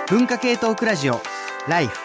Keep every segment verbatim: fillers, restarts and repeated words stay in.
文化系トークラジオライフ。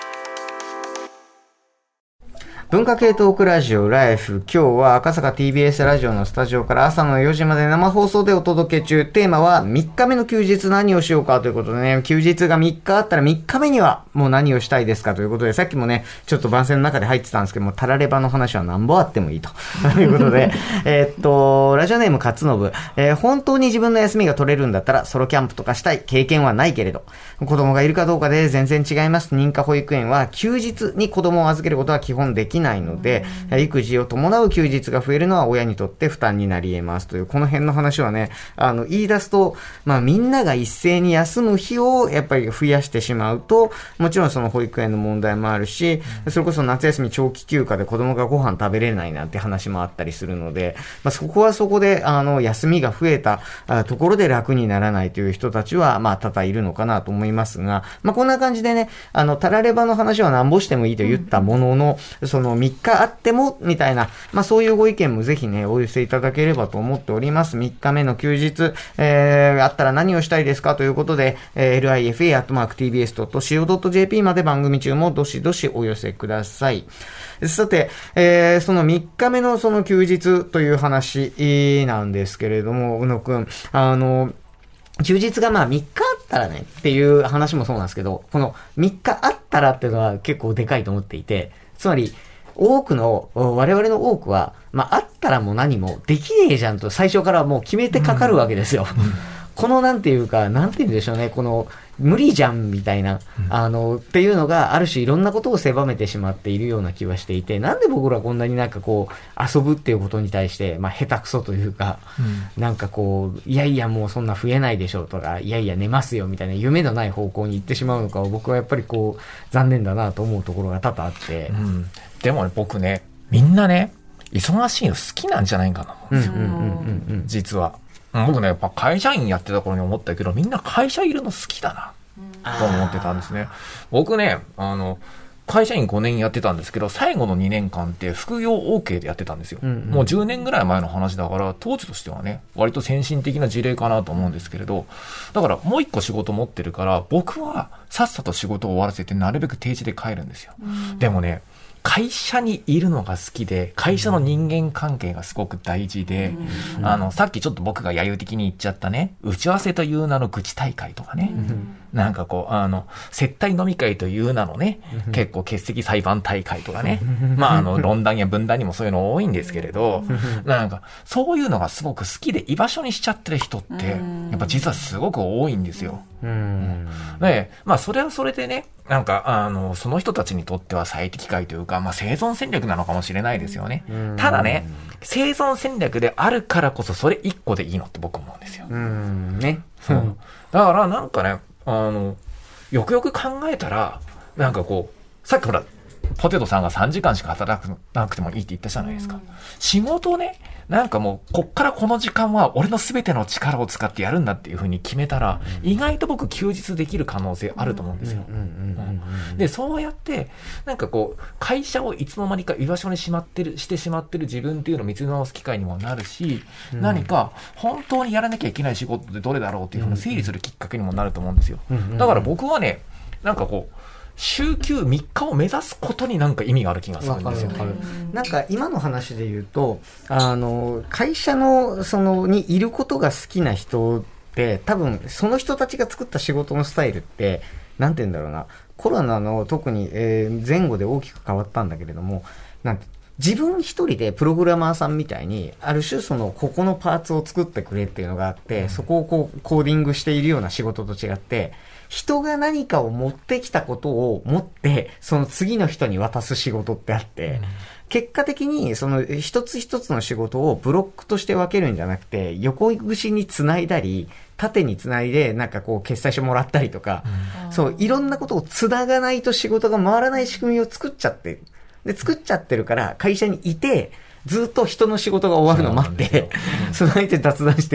文化系トークラジオライフ。今日は赤坂 ティービーエス ラジオのスタジオから朝のよじまで生放送でお届け中。テーマはみっかめの休日何をしようかということでね、休日がみっかあったらみっかめにはもう何をしたいですかということで、さっきもね、ちょっと番宣の中で入ってたんですけども、タラレバの話は何本あってもいいということで、えっと、ラジオネーム勝信、えー、本当に自分の休みが取れるんだったらソロキャンプとかしたい。経験はないけれど、子供がいるかどうかで全然違います。認可保育園は休日に子供を預けることは基本できないので、育児を伴う休日が増えるのは親にとって負担になり得ますという、この辺の話はね、あの言い出すと、まあみんなが一斉に休む日をやっぱり増やしてしまうと、もちろんその保育園の問題もあるし、それこそ夏休み長期休暇で子供がご飯食べれないなんて話もあったりするので、まあそこはそこであの休みが増えたところで楽にならないという人たちはまあ多々いるのかなと思いますが、まあこんな感じでね、あのタラレバの話はなんぼしてもいいと言ったものの、そのみっかあってもみたいな、まあそういうご意見もぜひねお寄せいただければと思っております。みっかめの休日、えー、あったら何をしたいですかということで、えー、エルアイエフエー アットマーク ティービーエス ドット シーオー ドット ジェーピー まで番組中もどしどしお寄せください。さて、えー、そのみっかめのその休日という話なんですけれども、宇野くん、あの休日がまあみっかあったらねっていう話もそうなんですけど、このみっかあったらっていうのは結構でかいと思っていて、つまり多くの、我々の多くは、まあ、あったらもう何もできねえじゃんと最初からもう決めてかかるわけですよ。うん、このなんていうか、なんていうんでしょうね、この無理じゃんみたいな、あの、っていうのがある種いろんなことを狭めてしまっているような気はしていて、なんで僕らこんなになんかこう、遊ぶっていうことに対して、まあ、下手くそというか、うん、なんかこう、いやいやもうそんな増えないでしょうとか、いやいや寝ますよみたいな夢のない方向に行ってしまうのかを僕はやっぱりこう、残念だなと思うところが多々あって、うん、 でもね、僕ね、みんなね、忙しいの好きなんじゃないかな思うんですよ。実は。僕ね、やっぱ会社員やってた頃に思ったけど、みんな会社いるの好きだな、と思ってたんですね。僕ね、あの、会社員ごねんやってたんですけど、最後のにねんかんって副業 OK でやってたんですよ。うんうん、もうじゅうねんぐらい前の話だから、当時としてはね、割と先進的な事例かなと思うんですけれど、だからもう一個仕事持ってるから、僕はさっさと仕事を終わらせて、なるべく定時で帰るんですよ。うん、でもね、会社にいるのが好きで、会社の人間関係がすごく大事で、うん、あの、さっきちょっと僕が揶揄的に言っちゃったね、打ち合わせという名の愚痴大会とかね、うん、なんかこう、あの、接待飲み会という名のね、うん、結構欠席裁判大会とかね、まあ、あの、論壇や分断にもそういうの多いんですけれど、なんか、そういうのがすごく好きで居場所にしちゃってる人って、やっぱ実はすごく多いんですよ。うん、で、まあ、それはそれでね、なんか、あの、その人たちにとっては最適解というか、まあ、生存戦略なのかもしれないですよね。ただね、生存戦略であるからこそそれ一個でいいのって僕思うんですよ。 うんね。 そう。だからなんかね、あの、よくよく考えたら、なんかこう、さっきほら、ポテトさんがさんじかんしか働かなくてもいいって言ったじゃないですか。仕事ね、なんかもう、こっからこの時間は俺の全ての力を使ってやるんだっていう風に決めたら、うん、意外と僕休日できる可能性あると思うんですよ。で、そうやって、なんかこう、会社をいつの間にか居場所にしまってる、してしまってる自分っていうのを見つめ直す機会にもなるし、うん、何か本当にやらなきゃいけない仕事ってどれだろうっていう風に整理するきっかけにもなると思うんですよ。だから僕はね、なんかこう、週休みっかを目指すことになんか意味がある気がするんですよね。 なんか今の話で言うと、あの、会社の、その、にいることが好きな人って、多分、その人たちが作った仕事のスタイルって、なんて言うんだろうな、コロナの特に、えー、前後で大きく変わったんだけれども、なんて、自分一人でプログラマーさんみたいに、ある種その、ここのパーツを作ってくれっていうのがあって、そこをこう、コーディングしているような仕事と違って、人が何かを持ってきたことを持って、その次の人に渡す仕事ってあって、うん、結果的にその一つ一つの仕事をブロックとして分けるんじゃなくて、横串に繋いだり、縦に繋いでなんかこう決済書もらったりとか、うん、そう、いろんなことを繋がないと仕事が回らない仕組みを作っちゃってる。で、作っちゃってるから会社にいて、ずっと人の仕事が終わるのを待って、その相手雑談してるっ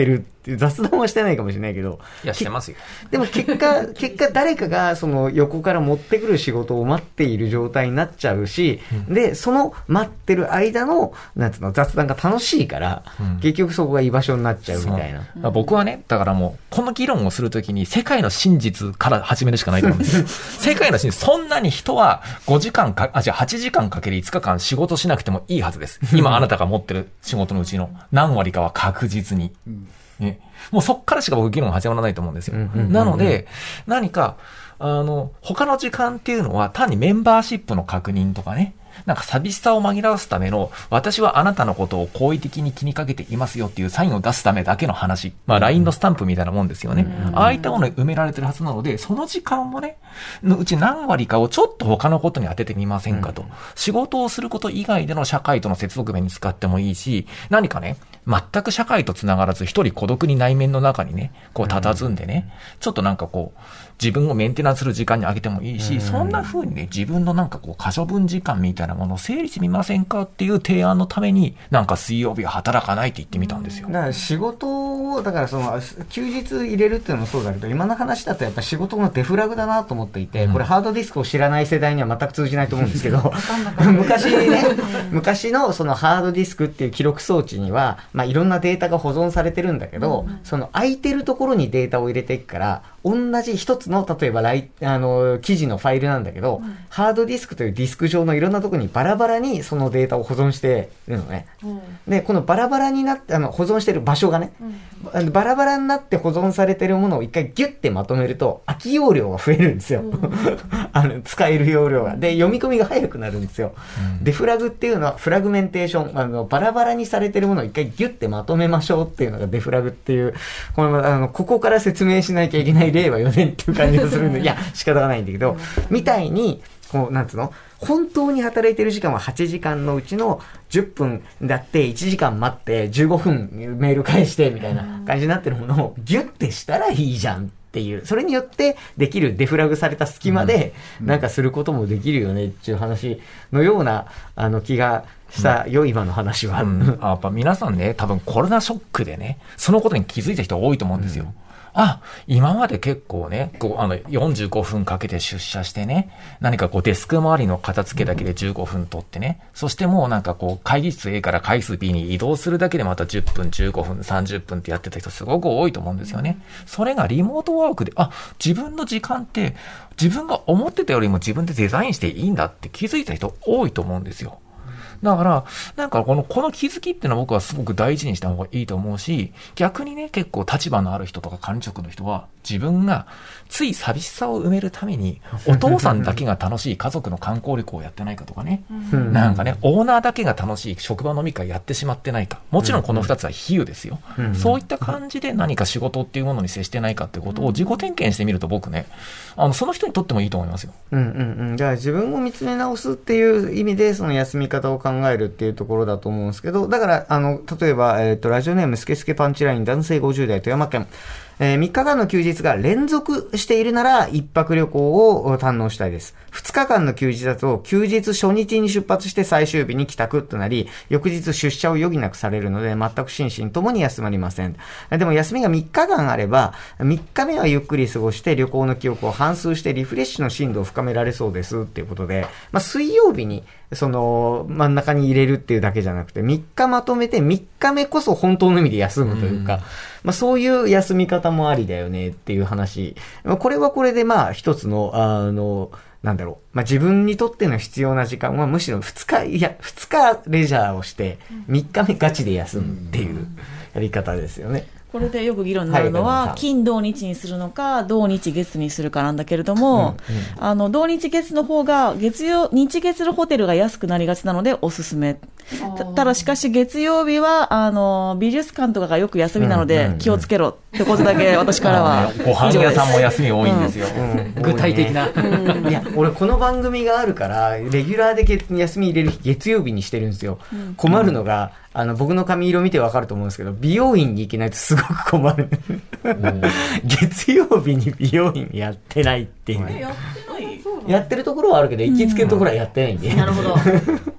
っていう雑談はしてないかもしれないけど。 いや、してますよ。 でも結果、結果誰かがその横から持ってくる仕事を待っている状態になっちゃうし、うん、で、その待ってる間の、なんていうの、雑談が楽しいから、うん、結局そこが居場所になっちゃうみたいな。 僕はね、だからもう、この議論をするときに世界の真実から始めるしかないと思うんですよ。世界の真実、そんなに人はごじかんか、あ、じゃあはちじかんかけるいつかかん仕事しなくてもいいはずです。今あなたが持ってる仕事のうちの何割かは確実に。うんね、もうそっからしか僕議論始まらないと思うんですよ。なので、何か、あの、他の時間っていうのは単にメンバーシップの確認とかね、なんか寂しさを紛らわすための、私はあなたのことを好意的に気にかけていますよっていうサインを出すためだけの話。まあ ライン のスタンプみたいなもんですよね。ああいったものに埋められてるはずなので、その時間もね、のうち何割かをちょっと他のことに当ててみませんかと。仕事をすること以外での社会との接続面に使ってもいいし、何かね、全く社会とつながらず一人孤独に内面の中にね、こう佇んでね、ちょっとなんかこう、自分をメンテナンスする時間にあげてもいいし、そんな風にね、自分のなんかこう、可処分時間みたいなものを整理してみませんかっていう提案のために、なんか水曜日は働かないって言ってみたんですよ。 だから仕事を、だからその、休日入れるっていうのもそうだけど、今の話だとやっぱ仕事のデフラグだなと思っていて、これハードディスクを知らない世代には全く通じないと思うんですけど、昔ね、昔のそのハードディスクっていう記録装置には、まあいろんなデータが保存されてるんだけど、その空いてるところにデータを入れていくから、同じ一つの、例えばライ、あの、記事のファイルなんだけど、うん、ハードディスクというディスク上のいろんなところにバラバラにそのデータを保存してるのね。うん、で、このバラバラになって、あの、保存してる場所がね、うん、バラバラになって保存されてるものを一回ギュッてまとめると、空き容量が増えるんですよ。うん、あの、使える容量が。で、読み込みが早くなるんですよ。うん、で、フラグっていうのは、フラグメンテーション、あの、バラバラにされてるものを一回ギュッてまとめましょうっていうのがデフラグっていう、この、あの、ここから説明しなきゃいけない令和よねんっていう感じがするんで、いや、仕方がないんだけど、みたいに、こう、なんつうの、本当に働いてる時間ははちじかんのうちのじゅっぷんだっていちじかん待ってじゅうごふんメール返してみたいな感じになってるものをギュッてしたらいいじゃんっていう、それによってできるデフラグされた隙間でなんかすることもできるよねっていう話のようなあの気がしたよ、うん、今の話は、うん、 あやっぱ皆さんね、多分コロナショックでね、そのことに気づいた人多いと思うんですよ。うん、あ、今まで結構ね、こう、あの、よんじゅうごふんかけて出社してね、何かこうデスク周りの片付けだけでじゅうごふん取ってね、そしてもうなんかこう、会議室 A から会議室 B に移動するだけでまたじゅっぷん、じゅうごふん、さんじゅっぷんってやってた人すごく多いと思うんですよね。それがリモートワークで、あ、自分の時間って自分が思ってたよりも自分でデザインしていいんだって気づいた人多いと思うんですよ。だから、なんかこの、この気づきっていうのは僕はすごく大事にした方がいいと思うし、逆にね、結構立場のある人とか管理職の人は、自分がつい寂しさを埋めるために、お父さんだけが楽しい家族の観光旅行をやってないかとかね、なんかね、オーナーだけが楽しい職場飲み会やってしまってないか。もちろんこの二つは比喩ですよ。そういった感じで何か仕事っていうものに接してないかってことを自己点検してみると僕ね、あの、その人にとってもいいと思いますよ。 うんうんうん。だから自分を見つめ直すっていう意味で、その休み方を考えるっていうところだと思うんですけど、だから、あの、例えば、えっと、ラジオネームスケスケパンチライン男性ごじゅう代富山県。えー、みっかかんの休日が連続しているなら一泊旅行を堪能したいです。ふつかかんの休日だと休日初日に出発して最終日に帰宅となり、翌日出社を余儀なくされるので全く心身ともに休まりません。でも休みがみっかかんあれば、みっかめはゆっくり過ごして旅行の記憶を反芻してリフレッシュの深度を深められそうですっていうことで、まあ水曜日にその真ん中に入れるっていうだけじゃなくてみっかまとめてみっかめこそ本当の意味で休むというか、うん、まあそういう休み方もありだよねっていう話。これはこれでまあ一つのあのなんだろう、まあ自分にとっての必要な時間はむしろふつかいやふつかレジャーをしてみっかめガチで休むっていうやり方ですよね。 これでよく議論になるのは、はい、金土日にするのか土日月にするかなんだけれども、うんうん、あの土日月の方が月曜日月のホテルが安くなりがちなのでおすすめ。た, ただしかし月曜日はあの美術館とかがよく休みなので気をつけろってことだけ私からはご飯屋さんも休み多いんですよ、うんうん、具体的な、 うん、いや俺この番組があるからレギュラーで月休み入れる日月曜日にしてるんですよ、うん、困るのがあの僕の髪色見てわかると思うんですけど美容院に行けないとすごく困る月曜日に美容院やってないっていう、 やってないやってるところはあるけど行きつけのところはやってないんで、 うん、なるほど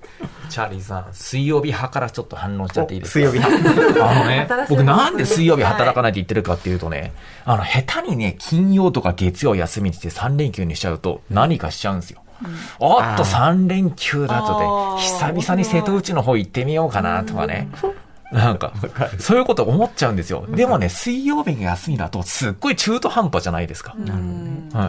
チャーリーさん、水曜日派からちょっと反論しちゃっていいですか？ 水曜日派。 あのね、僕なんで水曜日働かないって言ってるかっていうとね、はい、あの、下手にね、金曜とか月曜休みにしてさん連休にしちゃうと何かしちゃうんですよ。うん、おっとさん連休だとで、久々に瀬戸内の方行ってみようかなとかね。なんか、そういうこと思っちゃうんですよ。でもね、水曜日が休みだと、すっごい中途半端じゃないですか。うん、はい。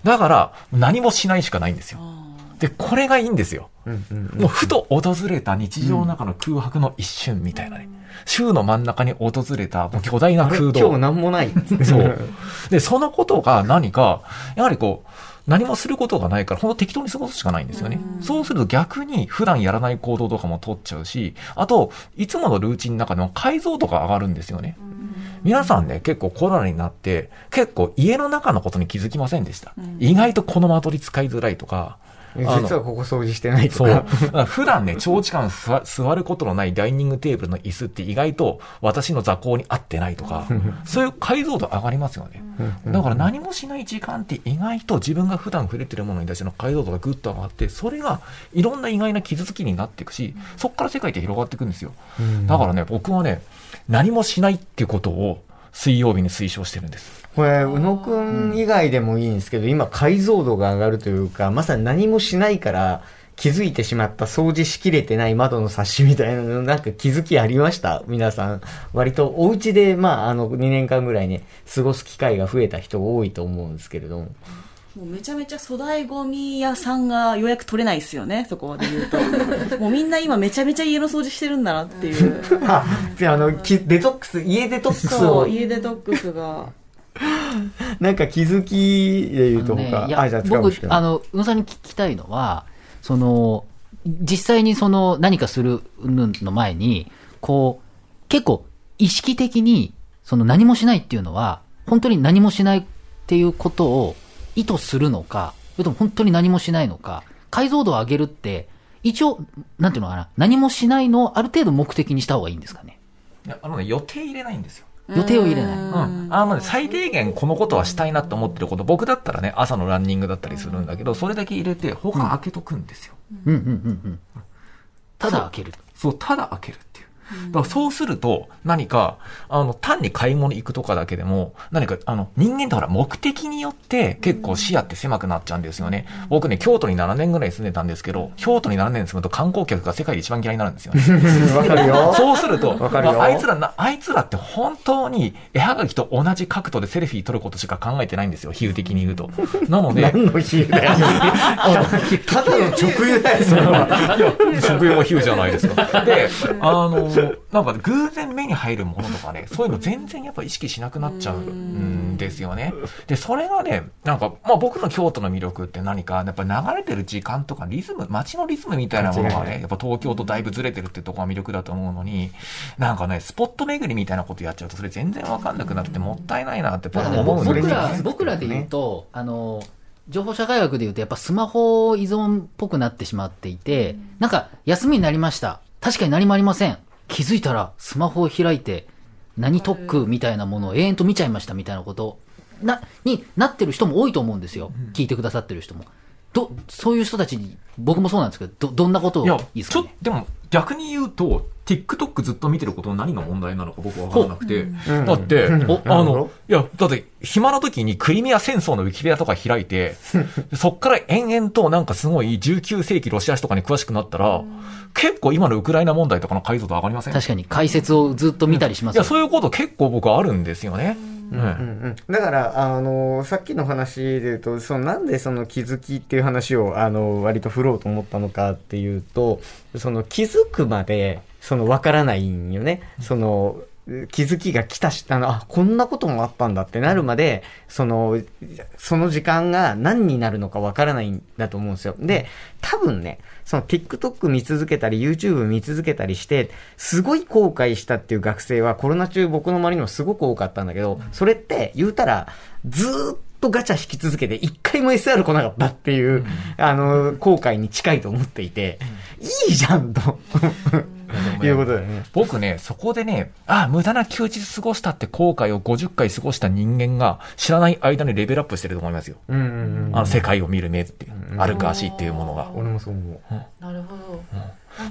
だから、何もしないしかないんですよ。で、これがいいんですよ。うんうんうん、もうふと訪れた日常の中の空白の一瞬みたいなね。うん、週の真ん中に訪れたもう巨大な空洞。 今日何もない。 そう。で、そのことが何か、やはりこう、何もすることがないから、ほんと適当に過ごすしかないんですよね。うそうすると逆に普段やらない行動とかも取っちゃうし、あと、いつものルーチンの中でも解像度が上がるんですよね。皆さんね、結構コロナになって、結構家の中のことに気づきませんでした。意外とこの間取り使いづらいとか、 実はここ掃除してないとか。 そう。普段ね、長時間座ることのないダイニングテーブルの椅子って意外と私の座高に合ってないとか、そういう解像度上がりますよね。だから何もしない時間って意外と自分が普段触れてるものに対しての解像度がぐっと上がって、それがいろんな意外な傷つきになっていくし、そこから世界って広がっていくんですよ。だからね、僕はね、何もしないっていうことを水曜日に推奨してるんです。 これ、宇野くん以外でもいいんですけど、今解像度が上がるというか、まさに何もしないから気づいてしまった掃除しきれてない窓のサッシみたいなの、なんか気づきありました？皆さん。割とお家で、まあ、あの、にねんかんぐらいね、過ごす機会が増えた人多いと思うんですけれども。 もうめちゃめちゃ粗大ゴミ屋さんが予約取れないですよね、そこまで言うと。もうみんな今めちゃめちゃ家の掃除してるんだなっていう。 あ、あの、デトックス、家デトックスを。 そう、家デトックスが。 なんか気づきで言うとか、 あのね、いや、あ、じゃあ僕、あの、宇野さんに聞きたいのは、その、実際にその何かするの前に、こう、結構意識的に、その何もしないっていうのは、本当に何もしないっていうことを意図するのか、それとも本当に何もしないのか、解像度を上げるって、一応、なんていうのかな、何もしないのをある程度目的にした方がいいんですかね。 いや、あのね、予定入れないんですよ。 予定を入れない。うん。あの、ね、最低限このことはしたいなと思ってること、僕だったらね、朝のランニングだったりするんだけど、それだけ入れて、他開けとくんですよ。 うんうんうんうん。ただ開ける。 そう、そうただ開けるっていう。だからそうすると、何か、あの、単に買い物行くとかだけでも、何か、あの、人間ってほら、目的によって結構視野って狭くなっちゃうんですよね。僕ね、京都にななねんぐらい住んでたんですけど、京都にななねん住むと観光客が世界で一番嫌いになるんですよね。 わかるよ。 そうすると、 わかるよ。 まあ、あいつらな、あいつらって本当に絵はがきと同じ角度でセルフィー撮ることしか考えてないんですよ、比喩的に言うと。なので、 何の比喩だよ。ただの直喩だよ、それは。 いや、直喩も比喩じゃないですか。で、あの、なんか、偶然目に入るものとかね、そういうの全然やっぱ意識しなくなっちゃうんですよね。で、それがね、なんか、まあ僕の京都の魅力って何か、やっぱ流れてる時間とかリズム、街のリズムみたいなものがね、やっぱ東京とだいぶずれてるってところが魅力だと思うのに、なんかね、スポット巡りみたいなことやっちゃうと、それ全然わかんなくなってもったいないなって僕思うんですよ、ね。 僕らで言うと、あの、情報社会学で言うとやっぱスマホ依存っぽくなってしまっていて、なんか休みになりました。確かに何もありません。気づいたらスマホを開いて何特区みたいなものを永遠と見ちゃいましたみたいなことなになってる人も多いと思うんですよ。聞いてくださってる人も。どそういう人たちに僕もそうなんですけど、どどんなことをいいですかね。 いや、ちょでも逆に言うと TikTok ずっと見てることの何が問題なのか僕は分からなくて、うん、だって、うん、おあのいやだって暇な時にクリミア戦争のウィキペディアとか開いてそっから延々となんかすごいじゅうきゅうせいきロシア史とかに詳しくなったら、うん、結構今のウクライナ問題とかの解像度上がりません？ 確かに解説をずっと見たりします、 うん、いやそういうこと結構僕あるんですよね。 うんうんうん、だから、あの、さっきの話で言うと、そのなんでその気づきっていう話を、あの、割と振ろうと思ったのかっていうと、その気づくまで、その分からないんよね。その、気づきが来たし、あの、あ、こんなこともあったんだってなるまで、その、その時間が何になるのかわからないんだと思うんですよ。で、多分ね、その TikTok 見続けたり YouTube 見続けたりして、すごい後悔したっていう学生はコロナ中僕の周りにもすごく多かったんだけど、それって言うたら、ずーっとガチャ引き続けて一回も エスアール 来なかったっていう、うん、あの、後悔に近いと思っていて、うん、いいじゃんと。いうことだよね。 僕ね、そこでね、あ、無駄な休日過ごしたって後悔をごじゅっかい過ごした人間が知らない間にレベルアップしてると思いますよ。うんうんうん、あの世界を見る目っていう、うんうん、あるかしいっていうものが。 俺もそう思う。 なるほど。うん、なん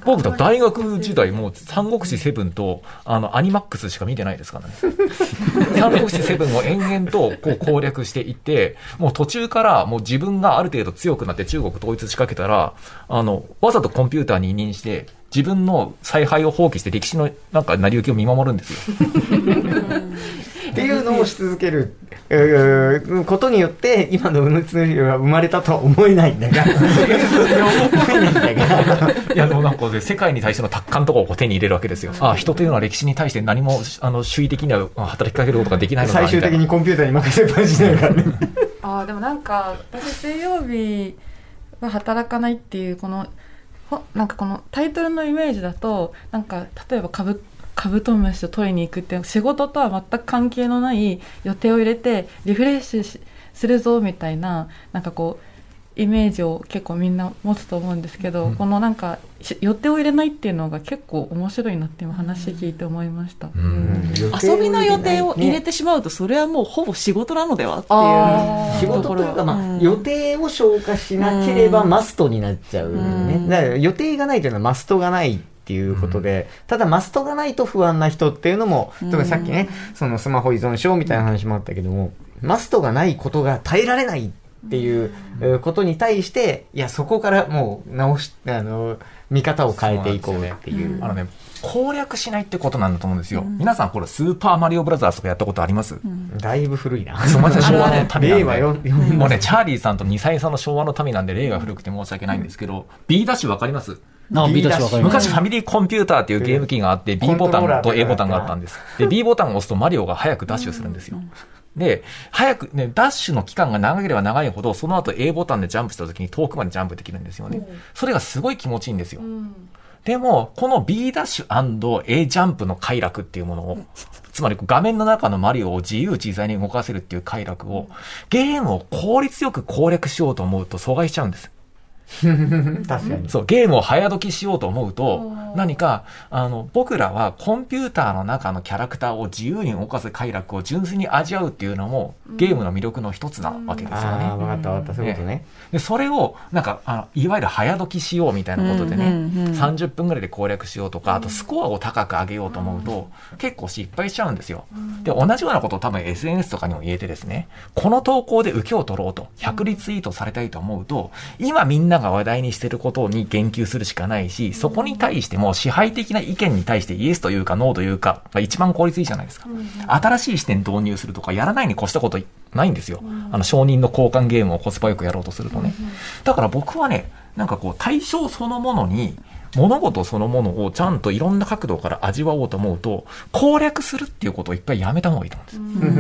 僕大学時代もう三国志セブンとあのアニマックスしか見てないですからね三国志セブンを延々とこう攻略していってもう途中からもう自分がある程度強くなって中国統一仕掛けたらあのわざとコンピューターに委任して自分の采配を放棄して歴史のなんか成り行きを見守るんですよっていうのをし続けることによって今のうぬつが生まれたとは思えないんだが思えないんだがいやでもなんか、ね、世界に対しての達観とかを手に入れるわけですよ。ああ人というのは歴史に対して何もあの主義的には働きかけることができないのだ最終的にコンピューターに任せっぱなしになるからねあでもなんか私水曜日は働かないっていうこのなんかこのタイトルのイメージだとなんか例えば株カブトムシを取りに行くって仕事とは全く関係のない予定を入れてリフレッシュするぞみたいななんかこうイメージを結構みんな持つと思うんですけど、うん、このなんか予定を入れないっていうのが結構面白いなって今話聞いて思いました、うんうん、 遊びの予定を入れてしまうとそれはもうほぼ仕事なのではっていう仕事というか、まあうん、予定を消化しなければマストになっちゃうよね、うん、だから予定がないというのはマストがないっていうことで、うん、ただマストがないと不安な人っていうのも、うん、特にさっきねそのスマホ依存症みたいな話もあったけども、うん、マストがないことが耐えられないっていうことに対していやそこからもう直しあの見方を変えていこうっていう、 ね、あのね攻略しないってことなんだと思うんですよ、うん、皆さんこれスーパーマリオブラザーズとかやったことあります、うん、 だいぶ古いなそうまず昭和の民なんで令和よもうねチャーリーさんとにさい差の昭和の民なんで例が古くて申し訳ないんですけど、うん、B ダッシュわかります？ あ B ダッシュわかります。 昔ファミリーコンピューターっていうゲーム機があって B ボタンと A ボタンがあったんです。で B ボタンを押すとマリオが早くダッシュするんですよ。で早くねダッシュの期間が長ければ長いほどその後 A ボタンでジャンプした時に遠くまでジャンプできるんですよね。それがすごい気持ちいいんですよ。でもこの B ダッシュ &A ジャンプの快楽っていうものをつまり画面の中のマリオを自由自在に動かせるっていう快楽をゲームを効率よく攻略しようと思うと阻害しちゃうんです。 確かにそうゲームを早解きしようと思うと何かあの僕らはコンピューターの中のキャラクターを自由に動かす快楽を純粋に味わうっていうのもゲームの魅力の一つなわけですよね。 ああ分かった分かったそういうことね。 ねでそれをなんかあのいわゆる早解きしようみたいなことでね、うんうんうん、さんじゅっぷんぐらいで攻略しようとかあとスコアを高く上げようと思うと結構失敗しちゃうんですよ。で同じようなことを多分 エスエヌエス とかにも言えてですねこの投稿で受けを取ろうとひゃくリツイートされたいと思うと今みんなが話題にしてることに言及するしかないしそこに対しても支配的な意見に対してイエスというかノーというかが一番効率いいじゃないですか。新しい視点導入するとかやらないに越したことないんですよ。あの承認の交換ゲームをコスパよくやろうとするとね。だから僕はねなんかこう対象そのものに物事そのものをちゃんといろんな角度から味わおうと思うと攻略するっていうことをいっぱいやめた方がいいと思うんです。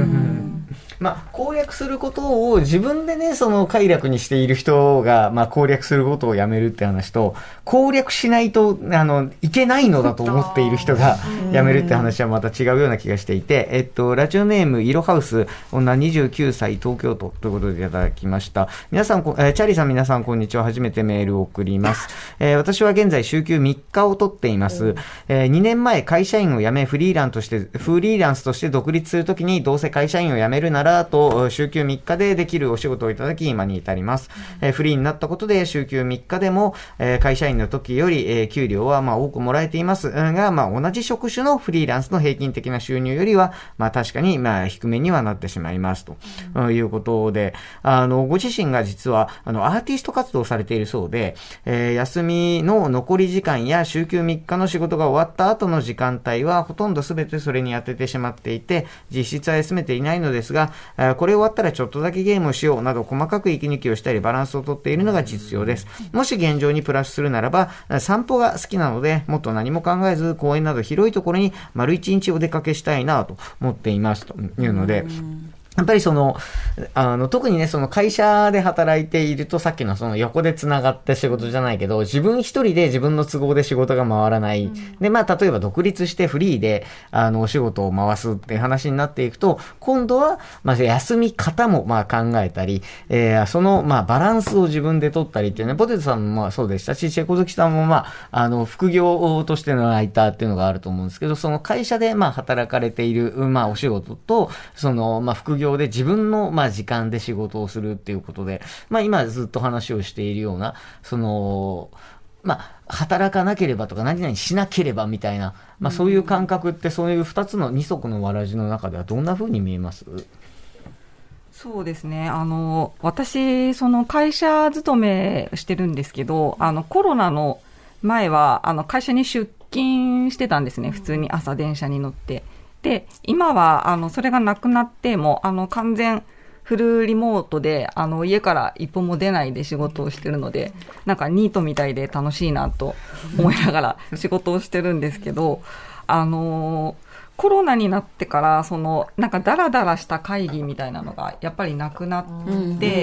まあ、攻略することを自分でねその快楽にしている人が、まあ、攻略することをやめるって話と攻略しないとあのいけないのだと思っている人がやめるって話はまた違うような気がしていて、えっと、ラジオネームイロハウス女にじゅうきゅうさい東京都ということでいただきました。皆さん、えー、チャーリーさん皆さんこんにちは。初めてメールを送ります、えー、私は現在週休みっかを取っています、えー、にねんまえ会社員を辞めフリーランスとしてフリーランスとして独立するときにどうせ会社員を辞めるならと週休みっかでできるお仕事をいただき今に至ります、えー、フリーになったことで週休みっかでも、えー、会社員の時より、えー、給料はまあ多くもらえていますが、まあ、同じ職種のフリーランスの平均的な収入よりは、まあ、確かにまあ低めにはなってしまいますと、うん、いうことであのご自身が実はあのアーティスト活動をされているそうで、えー、休みの残り時間や週休みっかの仕事が終わった後の時間帯はほとんど全てそれに当ててしまっていて実質は休めていないのですが、これ終わったらちょっとだけゲームをしようなど細かく息抜きをしたりバランスをとっているのが実情です。もし現状にプラスするならば散歩が好きなのでもっと何も考えず公園など広いところに丸一日お出かけしたいなと思っていますというので、やっぱりその、あの、特にね、その会社で働いていると、さっきのその横で繋がった仕事じゃないけど、自分一人で自分の都合で仕事が回らない。うん、で、まあ、例えば独立してフリーで、あの、お仕事を回すっていう話になっていくと、今度は、まあ、休み方も、まあ、考えたり、えー、その、まあ、バランスを自分で取ったりっていうね、ポテトさんもまあ、そうでしたし、チェコ好きさんもまあ、あの、副業としてのライターっていうのがあると思うんですけど、その会社で、まあ、働かれている、まあ、お仕事と、その、まあ、副業で自分のまあ時間で仕事をするっていうことで、まあ今ずっと話をしているような、その、 まあ、働かなければとか何々しなければみたいな、まあ、そういう感覚ってそういうふたつの二足のわらじの中ではどんな風に見えます？ そうですね。あの、私、その会社勤めしてるんですけど、あの、コロナの前は、あの、会社に出勤してたんですね。普通に朝電車に乗って。で、今は、あの、それがなくなっても、あの、完全フルリモートで、あの、家から一歩も出ないで仕事をしてるので、なんかニートみたいで楽しいなと思いながら仕事をしてるんですけど、あの、コロナになってから、その、なんかダラダラした会議みたいなのがやっぱりなくなって、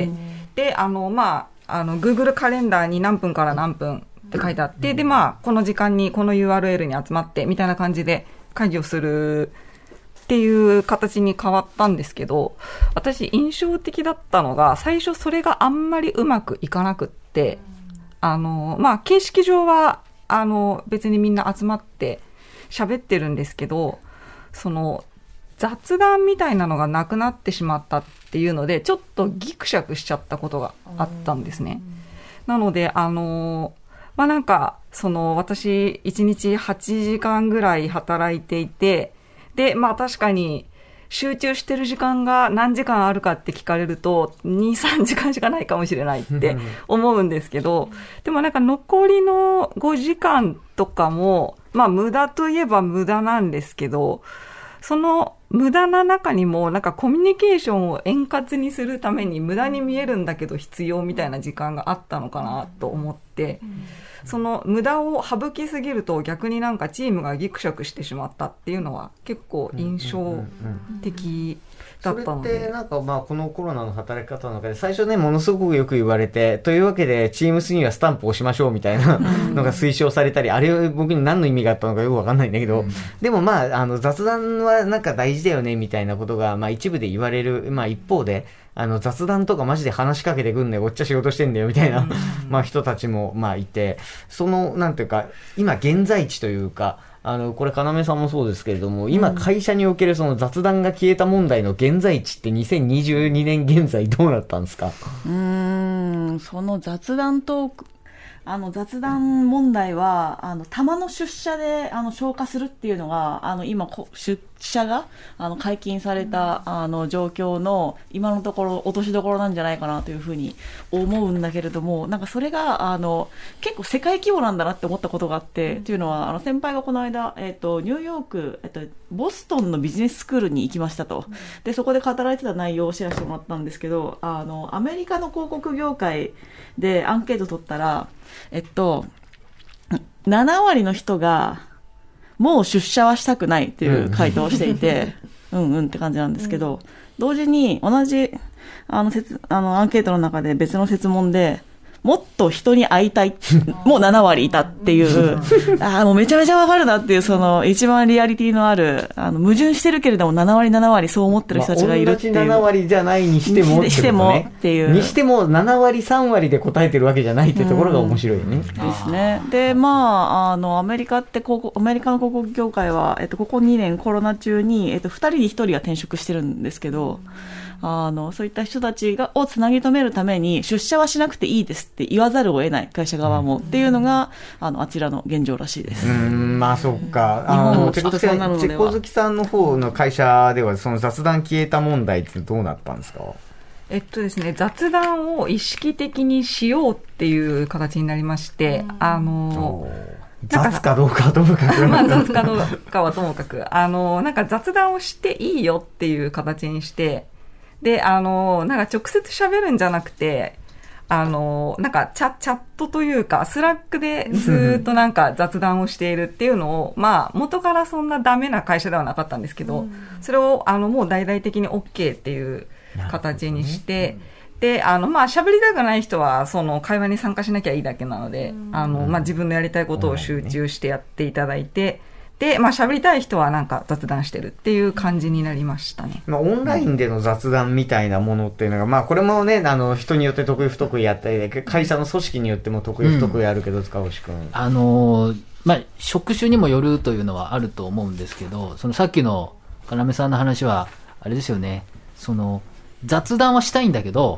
で、あの、まあ、あの、Google カレンダーに何分から何分って書いてあって、で、まあ、この時間にこの ユーアールエル に集まって、みたいな感じで会議をするっていう形に変わったんですけど、私印象的だったのが、最初それがあんまりうまくいかなくって、あの、まあ、形式上は、あの、別にみんな集まって喋ってるんですけど、その雑談みたいなのがなくなってしまったっていうのでちょっとギクシャクしちゃったことがあったんですね。なのであのまあなんかその私いちにちはちじかんぐらい働いていて、でまあ確かに集中してる時間が何時間あるかって聞かれるとに、さんじかんしかないかもしれないって思うんですけど、でもなんか残りのごじかんとかもまあ無駄といえば無駄なんですけど、その無駄な中にもなんかコミュニケーションを円滑にするために無駄に見えるんだけど必要みたいな時間があったのかなと思って、その無駄を省きすぎると逆になんかチームがギクシャクしてしまったっていうのは結構印象的だったので、 それってなんかまあこのコロナの働き方の中で最初ねものすごくよく言われて、というわけで Teams にはスタンプを押しましょうみたいなのが推奨されたり、あれ僕に何の意味があったのかよくわかんないんだけど、でもまああの雑談はなんか大事だよねみたいなことがまあ一部で言われる、まあ一方であの雑談とかマジで話しかけてくんね、こっちは仕事してんだよみたいなまあ人たちもまあいて、そのなんていうか今現在地というか、あのこれ要さんもそうですけれども、今会社におけるその雑談が消えた問題の現在地ってにせんにじゅうにねん現在どうなったんですか？ うーん、その雑談トーク、あの雑談問題はあの玉の出社であの消化するっていうのがあの今こ出社があの解禁されたあの状況の今のところ落としどころなんじゃないかなというふうに思うんだけれども、なんかそれがあの結構世界規模なんだなって思ったことがあって、っていうのはあの先輩がこの間、えー、とニューヨーク、えー、とボストンのビジネススクールに行きましたと。でそこで語られてた内容をシェアしてもらったんですけど、あのアメリカの広告業界でアンケート取ったら、えっとななわりの人がもう出社はしたくないっていう回答をしていて、うん、うんうんって感じなんですけど、同時に同じあの説あのアンケートの中で別の設問でもっと人に会いたいもうななわりいたっていうあもうめちゃめちゃわかるなっていう、その一番リアリティのある、あの矛盾してるけれどもななわりななわりそう思ってる人たちがいるっていう、まあ、同じななわりじゃないにしてもってことね、 してもっていうにしてもななわりさんわりで答えてるわけじゃないってところが面白いよね、うん、 ですね。でまああのアメリカって広告アメリカの広告業界は、えっと、ここにねんコロナ中に、えっと、ふたりにひとりが転職してるんですけど、あのそういった人たちがをつなぎ止めるために出社はしなくていいですって言わざるを得ない会社側も、うん、っていうのがあのあちらの現状らしいです。 うーん、まあそっか。あのチェコ好きさんの方の会社ではその雑談消えた問題ってどうなったんですか？ えっとですね、雑談を意識的にしようっていう形になりまして、あの雑かどうかはともかくまあ雑かどうかはともかくあのなんか雑談をしていいよっていう形にして、であのなんか直接喋るんじゃなくて、あのなんかチャ、チャットというかスラックでずっとなんか雑談をしているっていうのをまあ元からそんなダメな会社ではなかったんですけど、それをあのもう大々的に OK っていう形にして、であのまあ喋りたくない人はその会話に参加しなきゃいいだけなので、あのまあ自分のやりたいことを集中してやっていただいて、で、まあ、喋りたい人はなんか雑談してるっていう感じになりましたね。 まあ、オンラインでの雑談みたいなものっていうのが、まあ、これもね、あの、人によって得意不得意やったりで、会社の組織によっても得意不得意あるけど、塚越くん。 あのー、まあ、職種にもよるというのはあると思うんですけど、そのさっきの要さんの話は、あれですよね、その、雑談はしたいんだけど、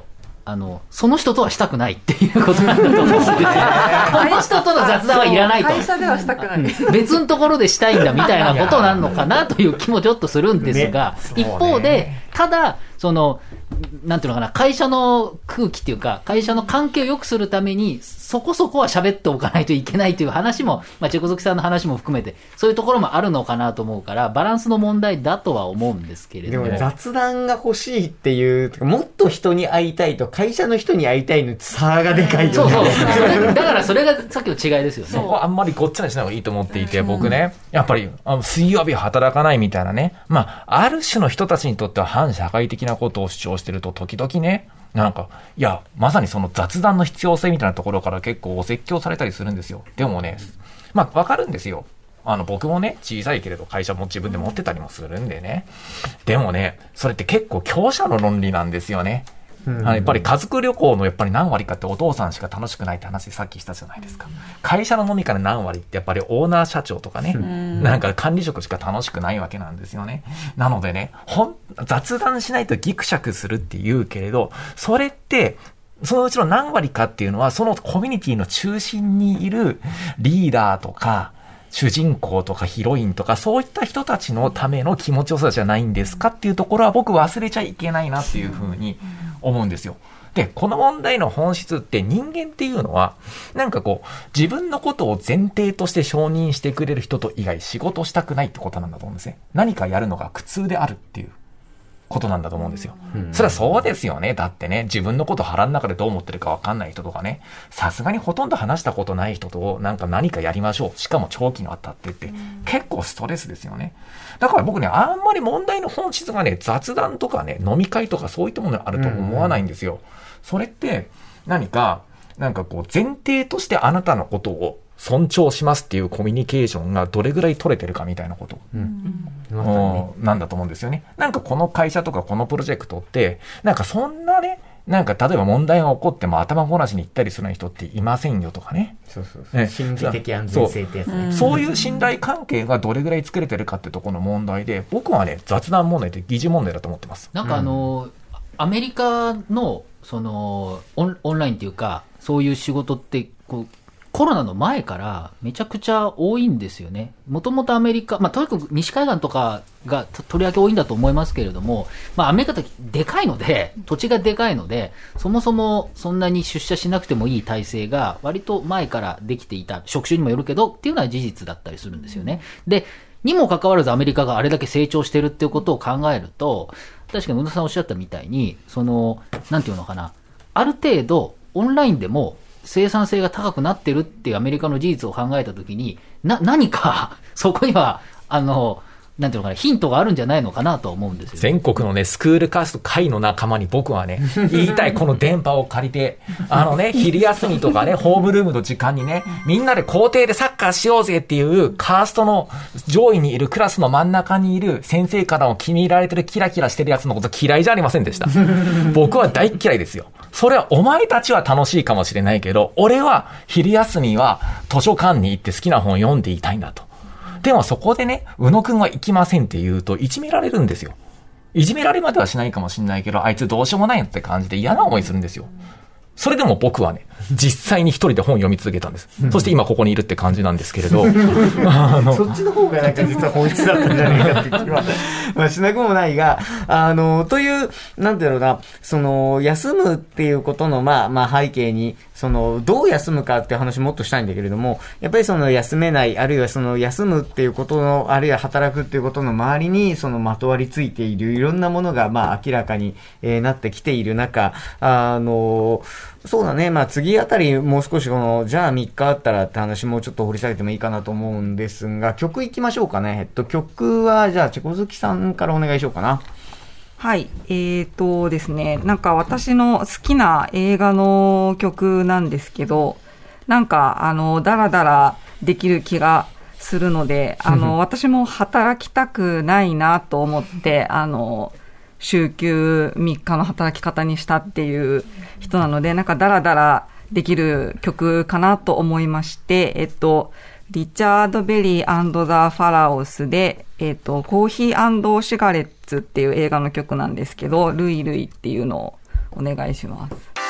あの、その人とはしたくないっていうことなんだと思うんですよ。この人との雑談はいらないと。 会社ではしたくない。 別のところでしたいんだみたいなことなのかなという気もちょっとするんですが、ね、一方で、ただ、その、なんていうのかな、会社の空気っていうか、会社の関係を良くするために、そこそこは喋っておかないといけないという話も、まあ、チェコ族さんの話も含めて、そういうところもあるのかなと思うから、バランスの問題だとは思うんですけれども。 でも雑談が欲しいっていう、もっと人に会いたいと、会社の人に会いたいの差がでかいよね。 そうそう。だからそれがさっきの違いですよね。 そこはあんまりごっちゃにしない方がいいと思っていて、僕ね、やっぱり、あの水曜日働かないみたいなね、まあ、ある種の人たちにとっては反社会的なことを主張してると、時々ね、なんか、いや、まさにその雑談の必要性みたいなところから結構お説教されたりするんですよ。でもね、まあ、わかるんですよ。あの、僕もね、小さいけれど会社も自分で持ってたりもするんでね。でもね、それって結構強者の論理なんですよね。あのやっぱり家族旅行のやっぱり何割かってお父さんしか楽しくないって話さっきしたじゃないですか。会社の飲み会の何割ってやっぱりオーナー社長とかね、なんか管理職しか楽しくないわけなんですよね。なのでね、ほん雑談しないとギクシャクするって言うけれど、それってそのうちの何割かっていうのはそのコミュニティの中心にいるリーダーとか主人公とかヒロインとかそういった人たちのための気持ちよさじゃないんですかっていうところは僕忘れちゃいけないなっていうふうに思うんですよ。で、この問題の本質って人間っていうのはなんかこう自分のことを前提として承認してくれる人と以外仕事したくないってことなんだと思うんですね。何かやるのが苦痛であるっていうことなんだと思うんですよ。それはそうですよね。だってね、自分のこと腹の中でどう思ってるか分かんない人とかね、さすがにほとんど話したことない人となんか何かやりましょう。しかも長期があったって言って、結構ストレスですよね。だから僕ね、あんまり問題の本質がね、雑談とかね、飲み会とかそういったものにあると思わないんですよ。それって何か、なんかこう前提としてあなたのことを尊重しますっていうコミュニケーションがどれぐらい取れてるかみたいなこと、うんなんだと思うんですよね。なんかこの会社とかこのプロジェクトってなんかそんなね、なんか例えば問題が起こっても頭ごなしに言ったりする人っていませんよとかね。 そうそうそう、ね、心理的安全性ってやつね。 そう、そういう信頼関係がどれぐらい作れてるかってところの問題で、僕はね雑談問題って疑似問題だと思ってます。 なんかあの、うん、アメリカのそのオン、オンラインっていうかそういう仕事ってこうコロナの前からめちゃくちゃ多いんですよね。もともとアメリカ、まあ、とにかく西海岸とかがとりわけ多いんだと思いますけれども、まあ、アメリカってでかいので、土地がでかいので、そもそもそんなに出社しなくてもいい体制が割と前からできていた、職種にもよるけどっていうのは事実だったりするんですよね。で、にもかかわらずアメリカがあれだけ成長してるっていうことを考えると、確かに宇野さんおっしゃったみたいに、その、なんていうのかな、ある程度オンラインでも生産性が高くなってるっていうアメリカの事実を考えたときに、な、何か、そこには、あの、なんていうのかな、ヒントがあるんじゃないのかなと思うんですよ、ね。 全国のね、スクールカースト会の仲間に僕はね、言いたいこの電波を借りて、あのね、昼休みとかね、ホームルームの時間にね、みんなで校庭でサッカーしようぜっていうカーストの上位にいるクラスの真ん中にいる先生からも気に入られてるキラキラしてるやつのこと嫌いじゃありませんでした。僕は大嫌いですよ。それはお前たちは楽しいかもしれないけど、俺は昼休みは図書館に行って好きな本を読んでいたいんだと。でもそこでね、宇野くんは行きませんって言うといじめられるんですよ。いじめられまではしないかもしれないけど、あいつどうしようもないって感じで嫌な思いするんですよ。それでも僕はね、実際に一人で本読み続けたんです。そして今ここにいるって感じなんですけれど。 あのそっちの方がなんか実は本質だったんじゃないかって気は、まあしなくもないが、あの、という、なんていうのかな、その、休むっていうことの、まあ、まあ背景に、その、どう休むかっていう話もっとしたいんだけれども、やっぱりその休めない、あるいはその休むっていうことの、あるいは働くっていうことの周りに、そのまとわりついているいろんなものが、まあ明らかに、えー、なってきている中、あの、そうだね、まあ次あたりもう少しこの、じゃあみっかあったらって話もうちょっと掘り下げてもいいかなと思うんですが、曲いきましょうかね。えっと、曲は、じゃあチェコ好きさんからお願いしようかな。 はい。えーとですね、なんか私の好きな映画の曲なんですけど、なんか、あの、だらだらできる気がするので、あの、私も働きたくないなと思って、あの、週休みっかの働き方にしたっていう人なので、なんかだらだらできる曲かなと思いまして、えっと、リチャード・ベリー&ザ・ファラオスで、えっと、コーヒー&シガレッツっていう映画の曲なんですけど、ルイルイっていうのをお願いします。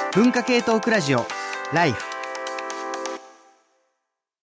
文化系トークラジオライフ。